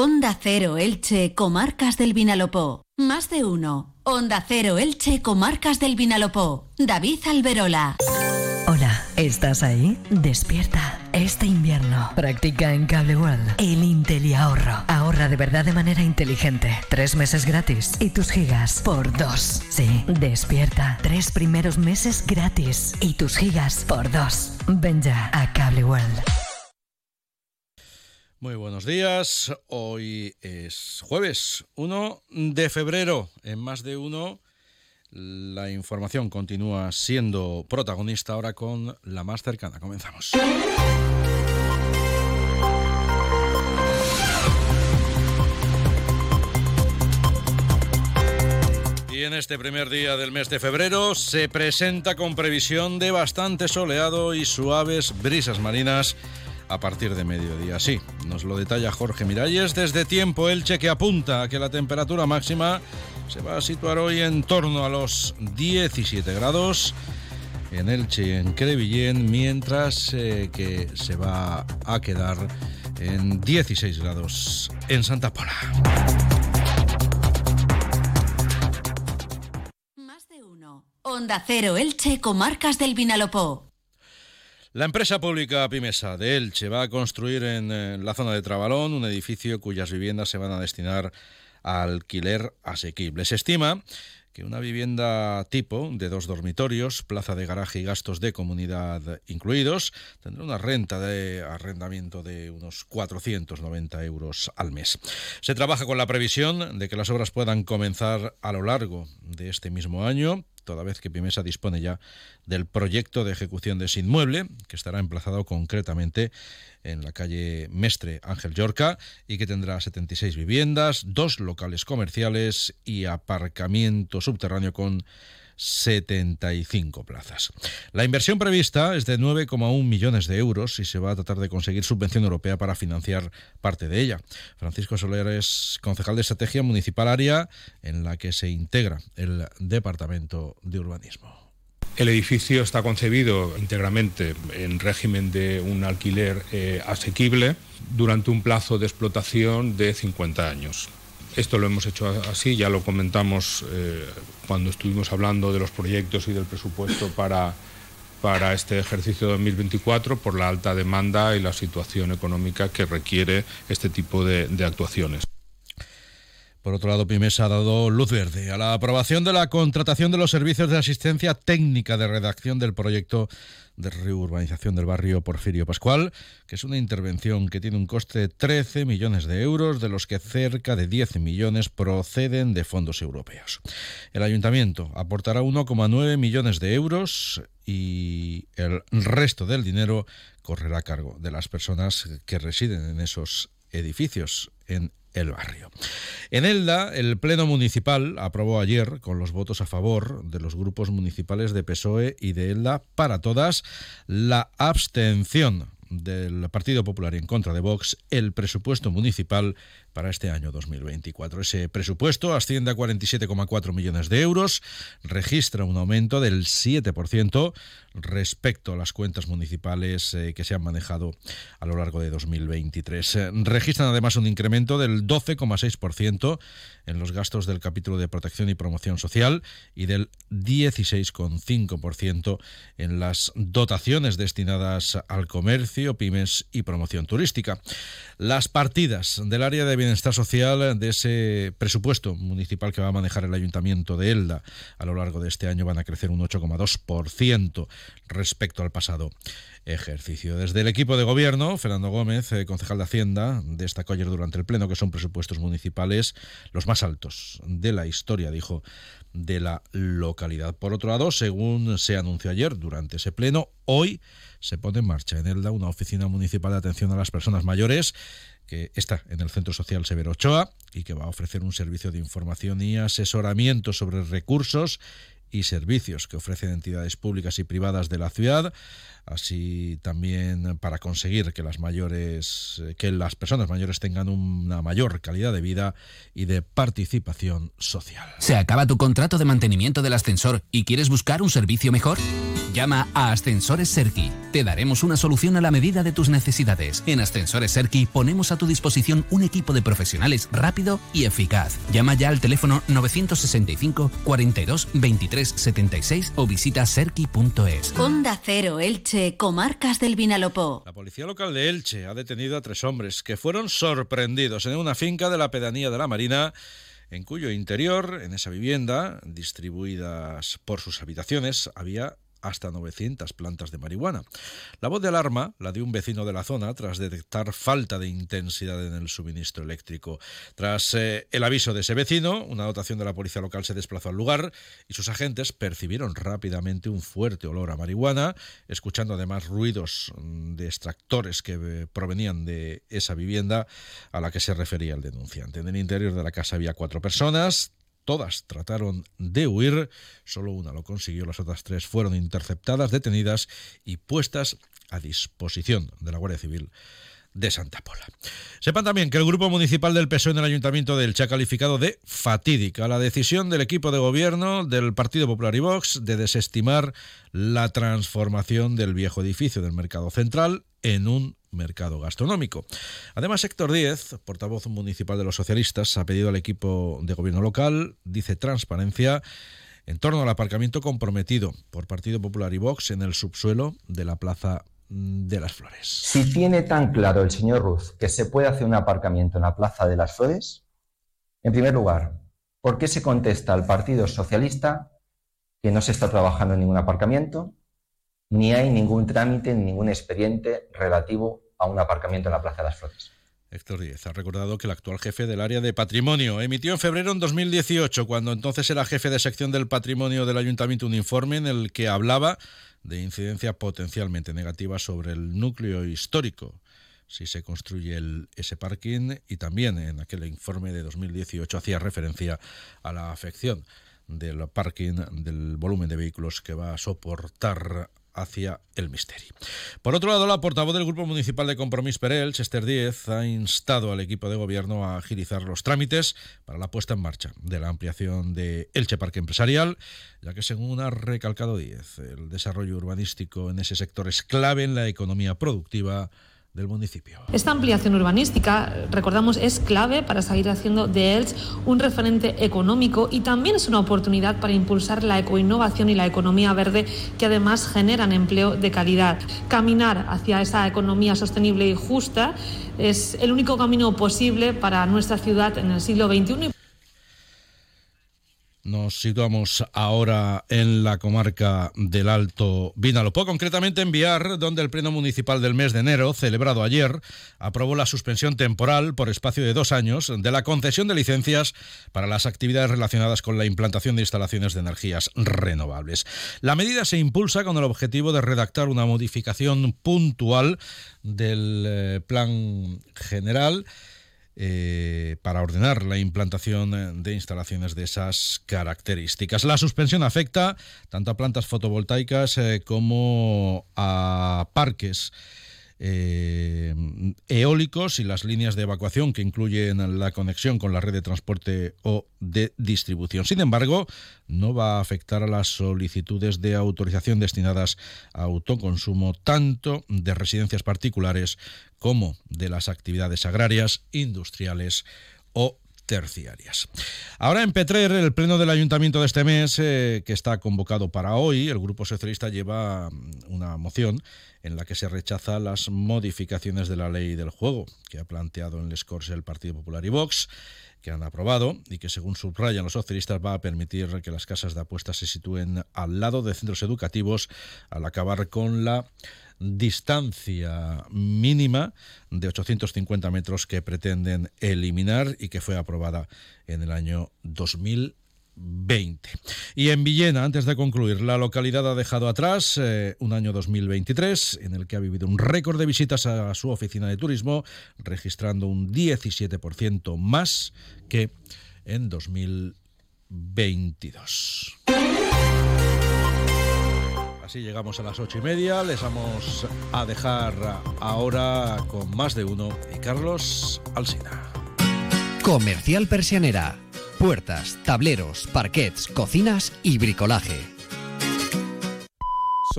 Onda Cero Elche, Comarcas del Vinalopó. Más de uno. Onda Cero Elche, Comarcas del Vinalopó. David Alberola. Hola, ¿estás ahí? Despierta. Este invierno practica en Cable World el IntelliAhorro. Ahorra de verdad de manera inteligente. 3 meses gratis y tus gigas por 2. Sí, despierta. 3 primeros meses gratis y tus gigas por 2. Ven ya a Cable World. Muy buenos días. Hoy es jueves 1 de febrero. En Más de Uno, la información continúa siendo protagonista ahora con la más cercana. Comenzamos. Y en este primer día del mes de febrero se presenta con previsión de bastante soleado y suaves brisas marinas a partir de mediodía. Sí, nos lo detalla Jorge Miralles desde Tiempo Elche, que apunta a que la temperatura máxima se va a situar hoy en torno a los 17 grados en Elche y en Crevillén, mientras que se va a quedar en 16 grados en Santa Pola. Más de uno. Onda Cero Elche, Comarcas del Vinalopó. La empresa pública Pimesa de Elche va a construir en la zona de Trabalón un edificio cuyas viviendas se van a destinar a alquiler asequible. Se estima que una vivienda tipo de 2 dormitorios, plaza de garaje y gastos de comunidad incluidos, tendrá una renta de arrendamiento de unos 490 euros al mes. Se trabaja con la previsión de que las obras puedan comenzar a lo largo de este mismo año, toda vez que Pimesa dispone ya del proyecto de ejecución de ese inmueble, que estará emplazado concretamente en la calle Mestre Ángel Llorca y que tendrá 76 viviendas, 2 locales comerciales y aparcamiento subterráneo con 75 plazas. La inversión prevista es de 9,1 millones de euros y se va a tratar de conseguir subvención europea para financiar parte de ella. Francisco Soler es concejal de Estrategia Municipal Área, en la que se integra el Departamento de Urbanismo. El edificio está concebido íntegramente en régimen de un alquiler asequible durante un plazo de explotación de 50 años. Esto lo hemos hecho así, ya lo comentamos cuando estuvimos hablando de los proyectos y del presupuesto para este ejercicio 2024 por la alta demanda y la situación económica que requiere este tipo de actuaciones. Por otro lado, Pimesa ha dado luz verde a la aprobación de la contratación de los servicios de asistencia técnica de redacción del proyecto de reurbanización del barrio Porfirio Pascual, que es una intervención que tiene un coste de 13 millones de euros, de los que cerca de 10 millones proceden de fondos europeos. El ayuntamiento aportará 1,9 millones de euros y el resto del dinero correrá a cargo de las personas que residen en esos edificios en el barrio. En Elda, el Pleno Municipal aprobó ayer, con los votos a favor de los grupos municipales de PSOE y de Elda para Todas, la abstención del Partido Popular y en contra de Vox, el presupuesto municipal para este año 2024. Ese presupuesto asciende a 47,4 millones de euros, registra un aumento del 7% respecto a las cuentas municipales que se han manejado a lo largo de 2023. Registran además un incremento del 12,6% en los gastos del capítulo de protección y promoción social y del 16,5% en las dotaciones destinadas al comercio, pymes y promoción turística. Las partidas del área de bienestar social de ese presupuesto municipal que va a manejar el Ayuntamiento de Elda a lo largo de este año van a crecer un 8,2% respecto al pasado ejercicio. Desde el equipo de gobierno, Fernando Gómez, concejal de Hacienda, destacó ayer durante el Pleno que son presupuestos municipales los más altos de la historia, dijo, de la localidad. Por otro lado, según se anunció ayer durante ese Pleno, hoy se pone en marcha en Elda una oficina municipal de atención a las personas mayores que está en el Centro Social Severo Ochoa y que va a ofrecer un servicio de información y asesoramiento sobre recursos y servicios que ofrecen entidades públicas y privadas de la ciudad, así también para conseguir que las personas mayores tengan una mayor calidad de vida y de participación social. ¿Se acaba tu contrato de mantenimiento del ascensor y quieres buscar un servicio mejor? Llama a Ascensores Serki. Te daremos una solución a la medida de tus necesidades. En Ascensores Serki ponemos a tu disposición un equipo de profesionales rápido y eficaz. Llama ya al teléfono 965 42 23 76 o visita serki.es. Onda Cero Elche, Comarcas del Vinalopó. La policía local de Elche ha detenido a 3 hombres que fueron sorprendidos en una finca de la pedanía de la Marina, en cuyo interior, en esa vivienda, distribuidas por sus habitaciones, había hasta 900 plantas de marihuana. La voz de alarma la dio un vecino de la zona tras detectar falta de intensidad en el suministro eléctrico. Tras el aviso de ese vecino, una dotación de la policía local se desplazó al lugar y sus agentes percibieron rápidamente un fuerte olor a marihuana, escuchando además ruidos de extractores que provenían de esa vivienda a la que se refería el denunciante. En el interior de la casa había 4 personas. Todas trataron de huir, solo una lo consiguió, las otras 3 fueron interceptadas, detenidas y puestas a disposición de la Guardia Civil de Santa Pola. Sepan también que el Grupo Municipal del PSOE en el Ayuntamiento de Elche ha calificado de fatídica la decisión del equipo de gobierno del Partido Popular y Vox de desestimar la transformación del viejo edificio del Mercado Central en un mercado gastronómico. Además, Héctor Díez, portavoz municipal de los socialistas, ha pedido al equipo de gobierno local, dice, transparencia en torno al aparcamiento comprometido por Partido Popular y Vox en el subsuelo de la Plaza de las Flores. Si tiene tan claro el señor Ruz que se puede hacer un aparcamiento en la Plaza de las Flores, en primer lugar, ¿por qué se contesta al Partido Socialista que no se está trabajando en ningún aparcamiento, ni hay ningún trámite ni ningún expediente relativo a un aparcamiento en la Plaza de las Flores? Héctor Díez ha recordado que el actual jefe del área de patrimonio emitió en febrero de 2018, cuando entonces era jefe de sección del patrimonio del Ayuntamiento, un informe en el que hablaba de incidencia potencialmente negativa sobre el núcleo histórico si se construye ese parking, y también en aquel informe de 2018 hacía referencia a la afección del parking, del volumen de vehículos que va a soportar hacia el Misteri. Por otro lado, la portavoz del Grupo Municipal de Compromís per Elche, Esther Díez, ha instado al equipo de gobierno a agilizar los trámites para la puesta en marcha de la ampliación de Elche Parque Empresarial, ya que, según ha recalcado Díez, el desarrollo urbanístico en ese sector es clave en la economía productiva del municipio. Esta ampliación urbanística, recordamos, es clave para seguir haciendo de Elche un referente económico, y también es una oportunidad para impulsar la ecoinnovación y la economía verde, que además generan empleo de calidad. Caminar hacia esa economía sostenible y justa es el único camino posible para nuestra ciudad en el siglo XXI. Nos situamos ahora en la comarca del Alto Vinalopó, concretamente en Biar, donde el Pleno Municipal del mes de enero, celebrado ayer, aprobó la suspensión temporal por espacio de 2 años de la concesión de licencias para las actividades relacionadas con la implantación de instalaciones de energías renovables. La medida se impulsa con el objetivo de redactar una modificación puntual del plan general para ordenar la implantación de instalaciones de esas características. La suspensión afecta tanto a plantas fotovoltaicas como a parques eólicos y las líneas de evacuación que incluyen la conexión con la red de transporte o de distribución. Sin embargo, no va a afectar a las solicitudes de autorización destinadas a autoconsumo, tanto de residencias particulares como de las actividades agrarias, industriales o terciarias. Ahora en Petrer, el pleno del ayuntamiento de este mes, que está convocado para hoy, el Grupo Socialista lleva una moción en la que se rechaza las modificaciones de la ley del juego que ha planteado en les Corts el Partido Popular y Vox, que han aprobado y que, según subrayan los socialistas, va a permitir que las casas de apuestas se sitúen al lado de centros educativos, al acabar con la distancia mínima de 850 metros que pretenden eliminar y que fue aprobada en el año 2020. Y en Villena, antes de concluir, la localidad ha dejado atrás un año 2023 en el que ha vivido un récord de visitas a su oficina de turismo, registrando un 17% más que en 2022. 22. Así llegamos a las 8:30. Les vamos a dejar ahora con Más de Uno y Carlos Alsina. Comercial Persianera. Puertas, tableros, parquets, cocinas y bricolaje.